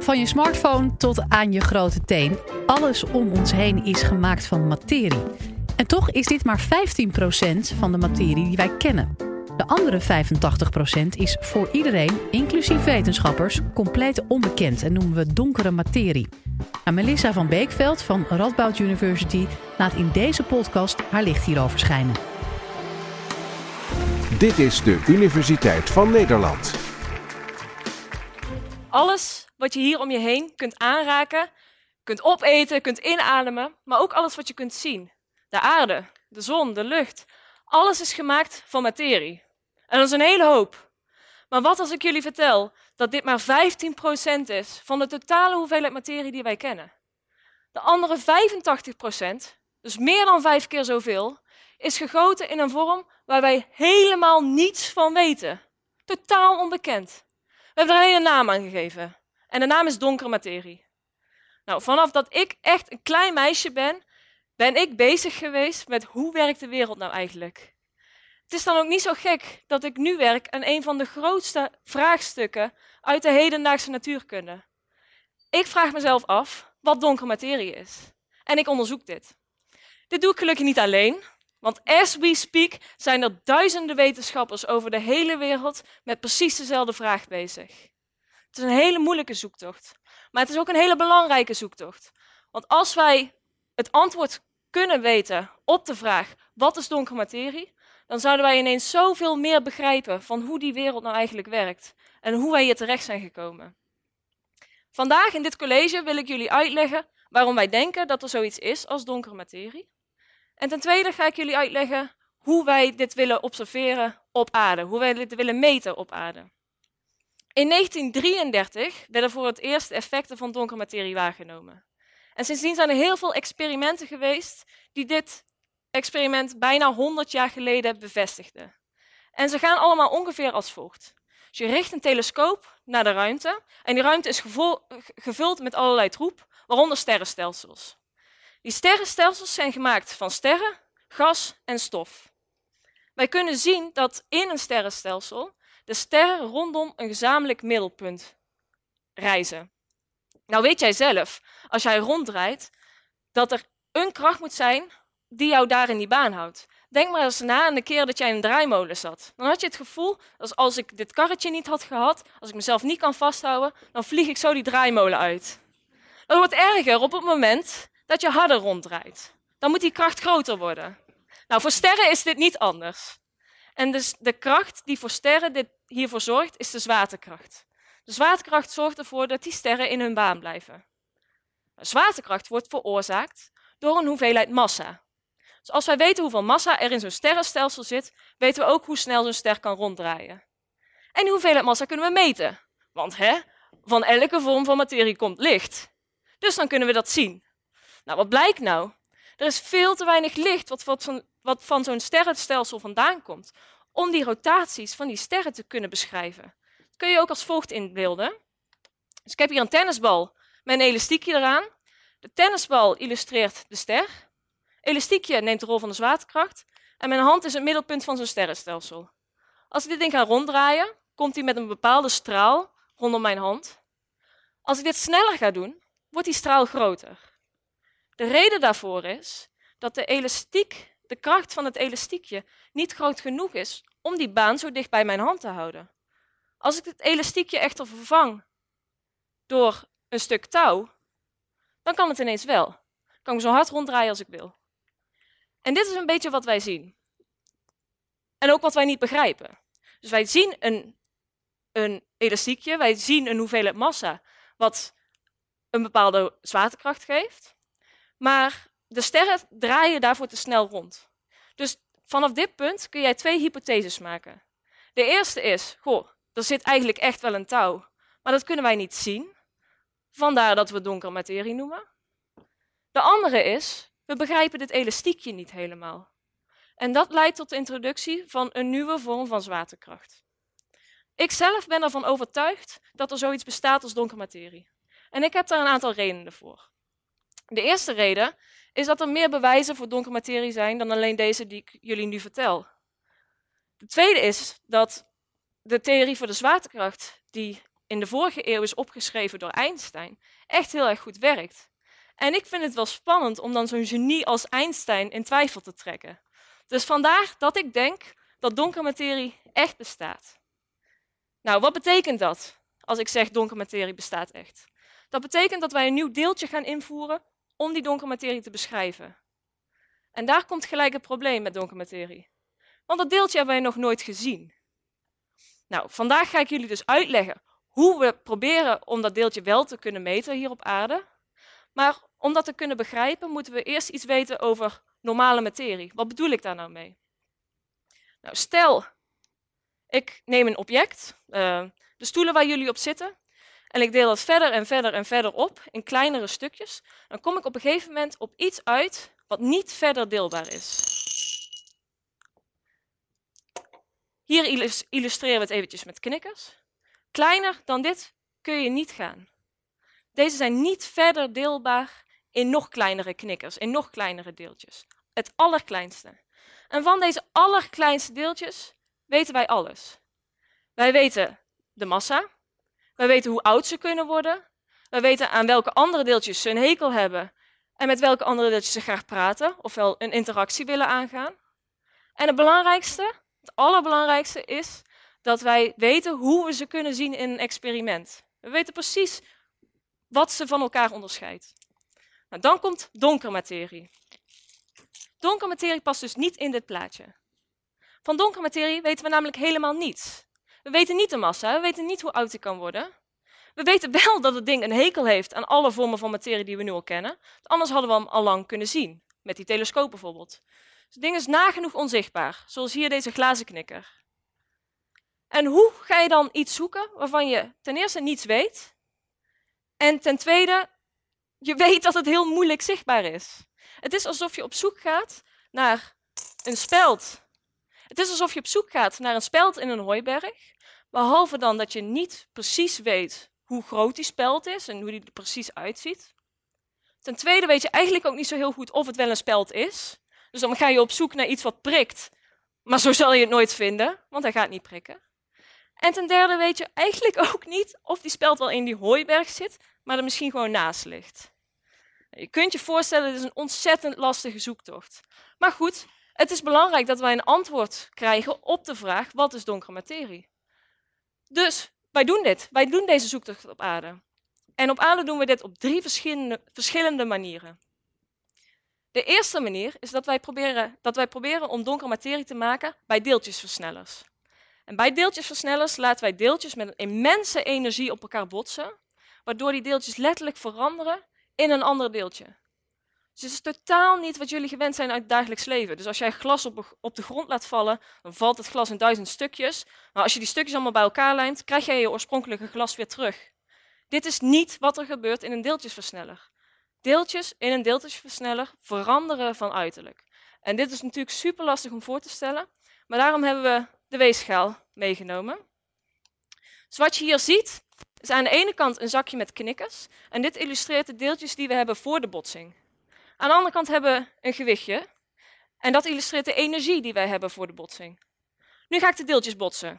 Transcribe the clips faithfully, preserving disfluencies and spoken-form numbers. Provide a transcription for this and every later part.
Van je smartphone tot aan je grote teen. Alles om ons heen is gemaakt van materie. En toch is dit maar vijftien procent van de materie die wij kennen. De andere vijfentachtig procent is voor iedereen, inclusief wetenschappers, compleet onbekend en noemen we donkere materie. Nou, Melissa van Beekveld van Radboud University laat in deze podcast haar licht hierover schijnen. Dit is de Universiteit van Nederland. Alles wat je hier om je heen kunt aanraken, kunt opeten, kunt inademen, maar ook alles wat je kunt zien. De aarde, de zon, de lucht, alles is gemaakt van materie. En dat is een hele hoop. Maar wat als ik jullie vertel dat dit maar vijftien procent is van de totale hoeveelheid materie die wij kennen? De andere vijfentachtig procent, dus meer dan vijf keer zoveel, is gegoten in een vorm waar wij helemaal niets van weten. Totaal onbekend. We hebben er een hele naam aan gegeven. En de naam is donkere materie. Nou, vanaf dat ik echt een klein meisje ben, ben ik bezig geweest met hoe werkt de wereld nou eigenlijk? Het is dan ook niet zo gek dat ik nu werk aan een van de grootste vraagstukken uit de hedendaagse natuurkunde. Ik vraag mezelf af wat donkere materie is. En ik onderzoek dit. Dit doe ik gelukkig niet alleen, want as we speak zijn er duizenden wetenschappers over de hele wereld met precies dezelfde vraag bezig. Het is een hele moeilijke zoektocht, maar het is ook een hele belangrijke zoektocht. Want als wij het antwoord kunnen weten op de vraag wat is donkere materie, dan zouden wij ineens zoveel meer begrijpen van hoe die wereld nou eigenlijk werkt en hoe wij hier terecht zijn gekomen. Vandaag in dit college wil ik jullie uitleggen waarom wij denken dat er zoiets is als donkere materie. En ten tweede ga ik jullie uitleggen hoe wij dit willen observeren op aarde, hoe wij dit willen meten op aarde. In negentien drieëndertig werden voor het eerst de effecten van donkere materie waargenomen. En sindsdien zijn er heel veel experimenten geweest die dit experiment bijna honderd jaar geleden bevestigden. En ze gaan allemaal ongeveer als volgt. Dus je richt een telescoop naar de ruimte en die ruimte is gevul- gevuld met allerlei troep, waaronder sterrenstelsels. Die sterrenstelsels zijn gemaakt van sterren, gas en stof. Wij kunnen zien dat in een sterrenstelsel de sterren rondom een gezamenlijk middelpunt reizen. Nou weet jij zelf, als jij ronddraait, dat er een kracht moet zijn die jou daar in die baan houdt. Denk maar eens na aan de keer dat jij in een draaimolen zat. Dan had je het gevoel dat als ik dit karretje niet had gehad, als ik mezelf niet kan vasthouden, dan vlieg ik zo die draaimolen uit. Dat wordt erger op het moment dat je harder ronddraait. Dan moet die kracht groter worden. Nou, voor sterren is dit niet anders. En dus de kracht die voor sterren dit hiervoor zorgt, is de zwaartekracht. De zwaartekracht zorgt ervoor dat die sterren in hun baan blijven. De zwaartekracht wordt veroorzaakt door een hoeveelheid massa. Dus als wij weten hoeveel massa er in zo'n sterrenstelsel zit, weten we ook hoe snel zo'n ster kan ronddraaien. En die hoeveelheid massa kunnen we meten. Want hè, van elke vorm van materie komt licht. Dus dan kunnen we dat zien. Nou, wat blijkt nou? Er is veel te weinig licht wat, wat, van, wat van zo'n sterrenstelsel vandaan komt, om die rotaties van die sterren te kunnen beschrijven. Dat kun je ook als volgt inbeelden. Dus ik heb hier een tennisbal met een elastiekje eraan. De tennisbal illustreert de ster. Elastiekje neemt de rol van de zwaartekracht. En mijn hand is het middelpunt van zo'n sterrenstelsel. Als ik dit ding ga ronddraaien, komt hij met een bepaalde straal rondom mijn hand. Als ik dit sneller ga doen, wordt die straal groter. De reden daarvoor is dat de elastiek, de kracht van het elastiekje niet groot genoeg is om die baan zo dicht bij mijn hand te houden. Als ik het elastiekje echter vervang door een stuk touw, dan kan het ineens wel. Dan kan ik zo hard ronddraaien als ik wil. En dit is een beetje wat wij zien. En ook wat wij niet begrijpen. Dus wij zien een, een elastiekje, wij zien een hoeveelheid massa wat een bepaalde zwaartekracht geeft. Maar de sterren draaien daarvoor te snel rond. Dus vanaf dit punt kun jij twee hypotheses maken. De eerste is, goh, er zit eigenlijk echt wel een touw, maar dat kunnen wij niet zien. Vandaar dat we donkere materie noemen. De andere is, we begrijpen dit elastiekje niet helemaal. En dat leidt tot de introductie van een nieuwe vorm van zwaartekracht. Ik zelf ben ervan overtuigd dat er zoiets bestaat als donkere materie. En ik heb daar een aantal redenen voor. De eerste reden is dat er meer bewijzen voor donkere materie zijn dan alleen deze die ik jullie nu vertel. De tweede is dat de theorie voor de zwaartekracht die in de vorige eeuw is opgeschreven door Einstein, echt heel erg goed werkt. En ik vind het wel spannend om dan zo'n genie als Einstein in twijfel te trekken. Dus vandaar dat ik denk dat donkere materie echt bestaat. Nou, wat betekent dat als ik zeg donkere materie bestaat echt? Dat betekent dat wij een nieuw deeltje gaan invoeren om die donkere materie te beschrijven. En daar komt gelijk het probleem met donkere materie. Want dat deeltje hebben wij nog nooit gezien. Nou, vandaag ga ik jullie dus uitleggen hoe we proberen om dat deeltje wel te kunnen meten hier op aarde. Maar om dat te kunnen begrijpen, moeten we eerst iets weten over normale materie. Wat bedoel ik daar nou mee? Nou, stel, ik neem een object, uh, de stoelen waar jullie op zitten, en ik deel dat verder en verder en verder op in kleinere stukjes. Dan kom ik op een gegeven moment op iets uit wat niet verder deelbaar is. Hier illustreren we het eventjes met knikkers. Kleiner dan dit kun je niet gaan. Deze zijn niet verder deelbaar in nog kleinere knikkers, in nog kleinere deeltjes. Het allerkleinste. En van deze allerkleinste deeltjes weten wij alles. Wij weten de massa, wij weten hoe oud ze kunnen worden, wij weten aan welke andere deeltjes ze een hekel hebben en met welke andere deeltjes ze graag praten, ofwel een interactie willen aangaan. En het belangrijkste, het allerbelangrijkste is dat wij weten hoe we ze kunnen zien in een experiment. We weten precies wat ze van elkaar onderscheidt. Nou, dan komt donkere materie. Donkere materie past dus niet in dit plaatje. Van donkere materie weten we namelijk helemaal niets. We weten niet de massa, we weten niet hoe oud die kan worden. We weten wel dat het ding een hekel heeft aan alle vormen van materie die we nu al kennen. Anders hadden we hem al lang kunnen zien, met die telescoop bijvoorbeeld. Dus het ding is nagenoeg onzichtbaar, zoals hier deze glazen knikker. En hoe ga je dan iets zoeken waarvan je ten eerste niets weet en ten tweede je weet dat het heel moeilijk zichtbaar is? Het is alsof je op zoek gaat naar een speld. Het is alsof je op zoek gaat naar een speld in een hooiberg, behalve dan dat je niet precies weet hoe groot die speld is en hoe die er precies uitziet. Ten tweede weet je eigenlijk ook niet zo heel goed of het wel een speld is. Dus dan ga je op zoek naar iets wat prikt, maar zo zal je het nooit vinden, want hij gaat niet prikken. En ten derde weet je eigenlijk ook niet of die speld wel in die hooiberg zit, maar er misschien gewoon naast ligt. Je kunt je voorstellen, dit is een ontzettend lastige zoektocht. Maar goed, het is belangrijk dat wij een antwoord krijgen op de vraag, wat is donkere materie? Dus wij doen dit, wij doen deze zoektocht op aarde. En op aarde doen we dit op drie verschillende, verschillende manieren. De eerste manier is dat wij, proberen, dat wij proberen om donkere materie te maken bij deeltjesversnellers. En bij deeltjesversnellers laten wij deeltjes met een immense energie op elkaar botsen, waardoor die deeltjes letterlijk veranderen in een ander deeltje. Dus het is totaal niet wat jullie gewend zijn uit het dagelijks leven. Dus als jij glas op, op de grond laat vallen, dan valt het glas in duizend stukjes. Maar als je die stukjes allemaal bij elkaar lijmt, krijg jij je oorspronkelijke glas weer terug. Dit is niet wat er gebeurt in een deeltjesversneller. Deeltjes in een deeltjesversneller veranderen van uiterlijk. En dit is natuurlijk super lastig om voor te stellen, maar daarom hebben we de weegschaal meegenomen. Dus wat je hier ziet, is aan de ene kant een zakje met knikkers. En dit illustreert de deeltjes die we hebben voor de botsing. Aan de andere kant hebben we een gewichtje. En dat illustreert de energie die wij hebben voor de botsing. Nu ga ik de deeltjes botsen.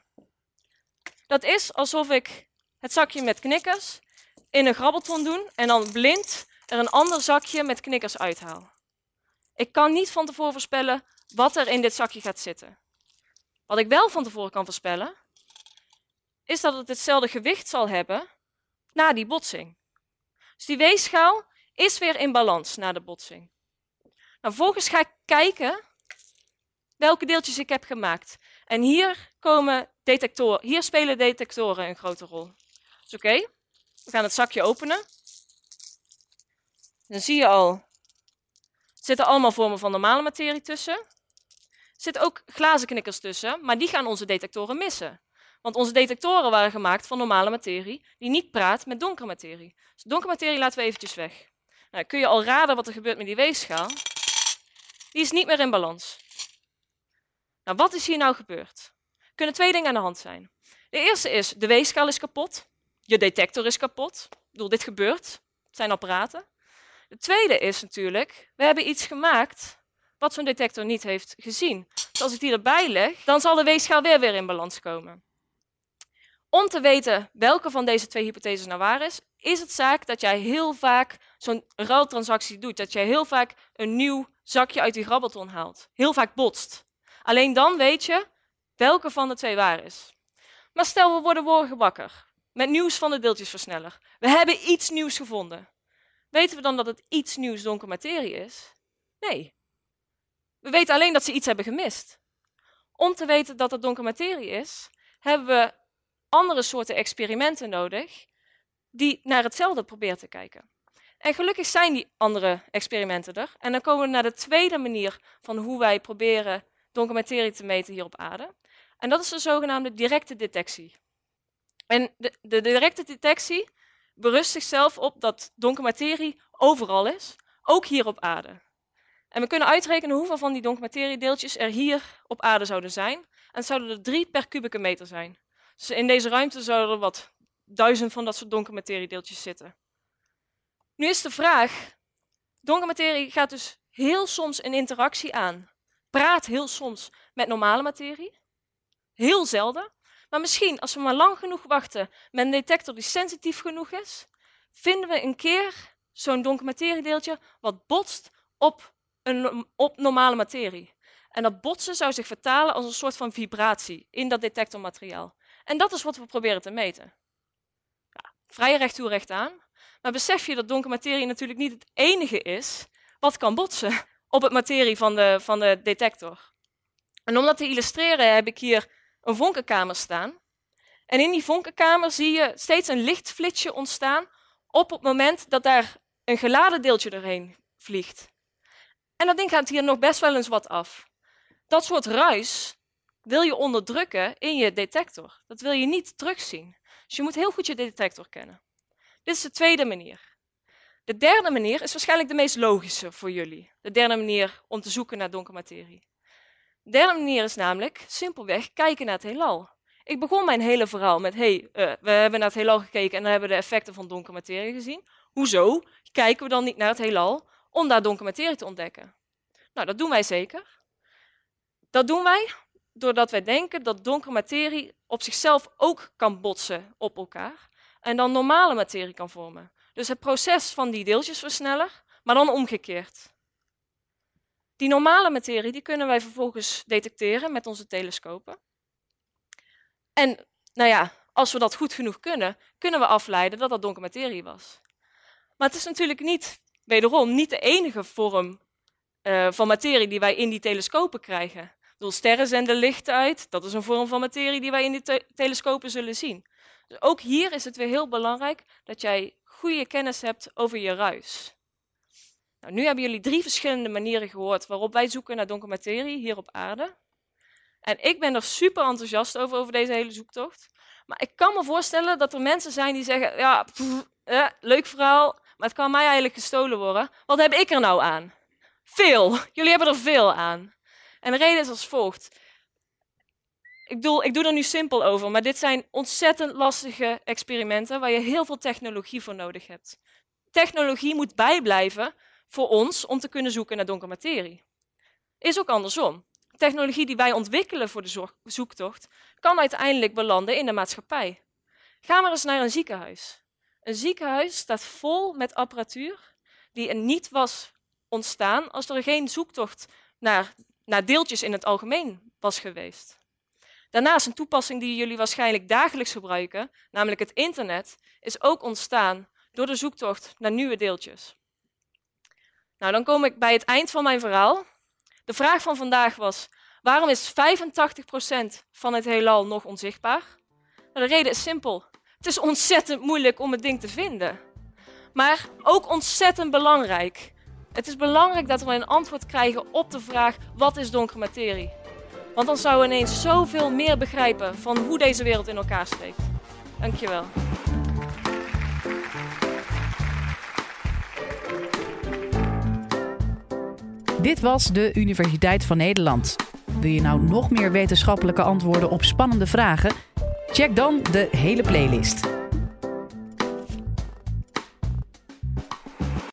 Dat is alsof ik het zakje met knikkers in een grabbelton doe en dan blind er een ander zakje met knikkers uithaal. Ik kan niet van tevoren voorspellen wat er in dit zakje gaat zitten. Wat ik wel van tevoren kan voorspellen, is dat het hetzelfde gewicht zal hebben na die botsing. Dus die weegschaal is weer in balans na de botsing. Nou, vervolgens ga ik kijken welke deeltjes ik heb gemaakt. En hier komen detectoren, hier spelen detectoren een grote rol. Dus oké, okay, we gaan het zakje openen. Dan zie je al, er zitten allemaal vormen van normale materie tussen. Er zitten ook glazen knikkers tussen, maar die gaan onze detectoren missen. Want onze detectoren waren gemaakt van normale materie die niet praat met donkere materie. Dus donkere materie laten we eventjes weg. Nou, kun je al raden wat er gebeurt met die weegschaal. Die is niet meer in balans. Nou, wat is hier nou gebeurd? Er kunnen twee dingen aan de hand zijn. De eerste is, de weegschaal is kapot. Je detector is kapot. Ik bedoel, dit gebeurt. Het zijn apparaten. De tweede is natuurlijk, we hebben iets gemaakt wat zo'n detector niet heeft gezien. Dus als ik die erbij leg, dan zal de weegschaal weer weer in balans komen. Om te weten welke van deze twee hypotheses nou waar is, is het zaak dat jij heel vaak zo'n ruiltransactie doet. Dat jij heel vaak een nieuw zakje uit die grabbelton haalt. Heel vaak botst. Alleen dan weet je welke van de twee waar is. Maar stel we worden morgen wakker met nieuws van de deeltjesversneller. We hebben iets nieuws gevonden. Weten we dan dat het iets nieuws donker materie is? Nee. We weten alleen dat ze iets hebben gemist. Om te weten dat het donker materie is, hebben we andere soorten experimenten nodig die naar hetzelfde proberen te kijken. En gelukkig zijn die andere experimenten er. En dan komen we naar de tweede manier van hoe wij proberen donker materie te meten hier op aarde. En dat is de zogenaamde directe detectie. En de, de directe detectie berust zichzelf op dat donker materie overal is, ook hier op aarde. En we kunnen uitrekenen hoeveel van die donker materiedeeltjes er hier op aarde zouden zijn. En het zouden er drie per kubieke meter zijn. Dus in deze ruimte zouden er wat duizend van dat soort donker materiedeeltjes zitten. Nu is de vraag, donker materie gaat dus heel soms een interactie aan. Praat heel soms met normale materie. Heel zelden. Maar misschien, als we maar lang genoeg wachten met een detector die sensitief genoeg is, vinden we een keer zo'n donker materiedeeltje wat botst op, een, op normale materie. En dat botsen zou zich vertalen als een soort van vibratie in dat detectormateriaal. En dat is wat we proberen te meten. Ja, vrij recht toe recht aan. Maar besef je dat donker materie natuurlijk niet het enige is wat kan botsen op het materie van de, van de detector. En om dat te illustreren heb ik hier een vonkenkamer staan. En in die vonkenkamer zie je steeds een lichtflitsje ontstaan op het moment dat daar een geladen deeltje doorheen vliegt. En dat ding gaat hier nog best wel eens wat af. Dat soort ruis wil je onderdrukken in je detector. Dat wil je niet terugzien. Dus je moet heel goed je detector kennen. Dit is de tweede manier. De derde manier is waarschijnlijk de meest logische voor jullie. De derde manier om te zoeken naar donker materie. De derde manier is namelijk simpelweg kijken naar het heelal. Ik begon mijn hele verhaal met, hey, uh, we hebben naar het heelal gekeken en dan hebben we de effecten van donker materie gezien. Hoezo kijken we dan niet naar het heelal om daar donker materie te ontdekken? Nou, dat doen wij zeker. Dat doen wij doordat wij denken dat donkere materie op zichzelf ook kan botsen op elkaar en dan normale materie kan vormen. Dus het proces van die deeltjesversneller, maar dan omgekeerd. Die normale materie die kunnen wij vervolgens detecteren met onze telescopen. En nou ja, als we dat goed genoeg kunnen, kunnen we afleiden dat dat donker materie was. Maar het is natuurlijk niet, wederom, niet de enige vorm uh, van materie die wij in die telescopen krijgen. Ik bedoel, sterren zenden licht uit, dat is een vorm van materie die wij in die te telescopen zullen zien. Dus ook hier is het weer heel belangrijk dat jij goede kennis hebt over je ruis. Nou, nu hebben jullie drie verschillende manieren gehoord waarop wij zoeken naar donker materie hier op aarde. En ik ben er super enthousiast over, over deze hele zoektocht. Maar ik kan me voorstellen dat er mensen zijn die zeggen, ja, pff, eh, leuk verhaal, maar het kan mij eigenlijk gestolen worden. Wat heb ik er nou aan? Veel. Jullie hebben er veel aan. En de reden is als volgt. Ik bedoel, ik doe er nu simpel over, maar dit zijn ontzettend lastige experimenten waar je heel veel technologie voor nodig hebt. Technologie moet bijblijven voor ons om te kunnen zoeken naar donker materie. Is ook andersom. Technologie die wij ontwikkelen voor de zoektocht kan uiteindelijk belanden in de maatschappij. Ga maar eens naar een ziekenhuis. Een ziekenhuis staat vol met apparatuur die er niet was ontstaan als er geen zoektocht naar, naar deeltjes in het algemeen was geweest. Daarnaast een toepassing die jullie waarschijnlijk dagelijks gebruiken, namelijk het internet, is ook ontstaan door de zoektocht naar nieuwe deeltjes. Nou, dan kom ik bij het eind van mijn verhaal. De vraag van vandaag was, waarom is vijfentachtig procent van het heelal nog onzichtbaar? Nou, de reden is simpel. Het is ontzettend moeilijk om het ding te vinden. Maar ook ontzettend belangrijk. Het is belangrijk dat we een antwoord krijgen op de vraag, wat is donkere materie? Want dan zouden we ineens zoveel meer begrijpen van hoe deze wereld in elkaar steekt. Dankjewel. Dit was de Universiteit van Nederland. Wil je nou nog meer wetenschappelijke antwoorden op spannende vragen? Check dan de hele playlist.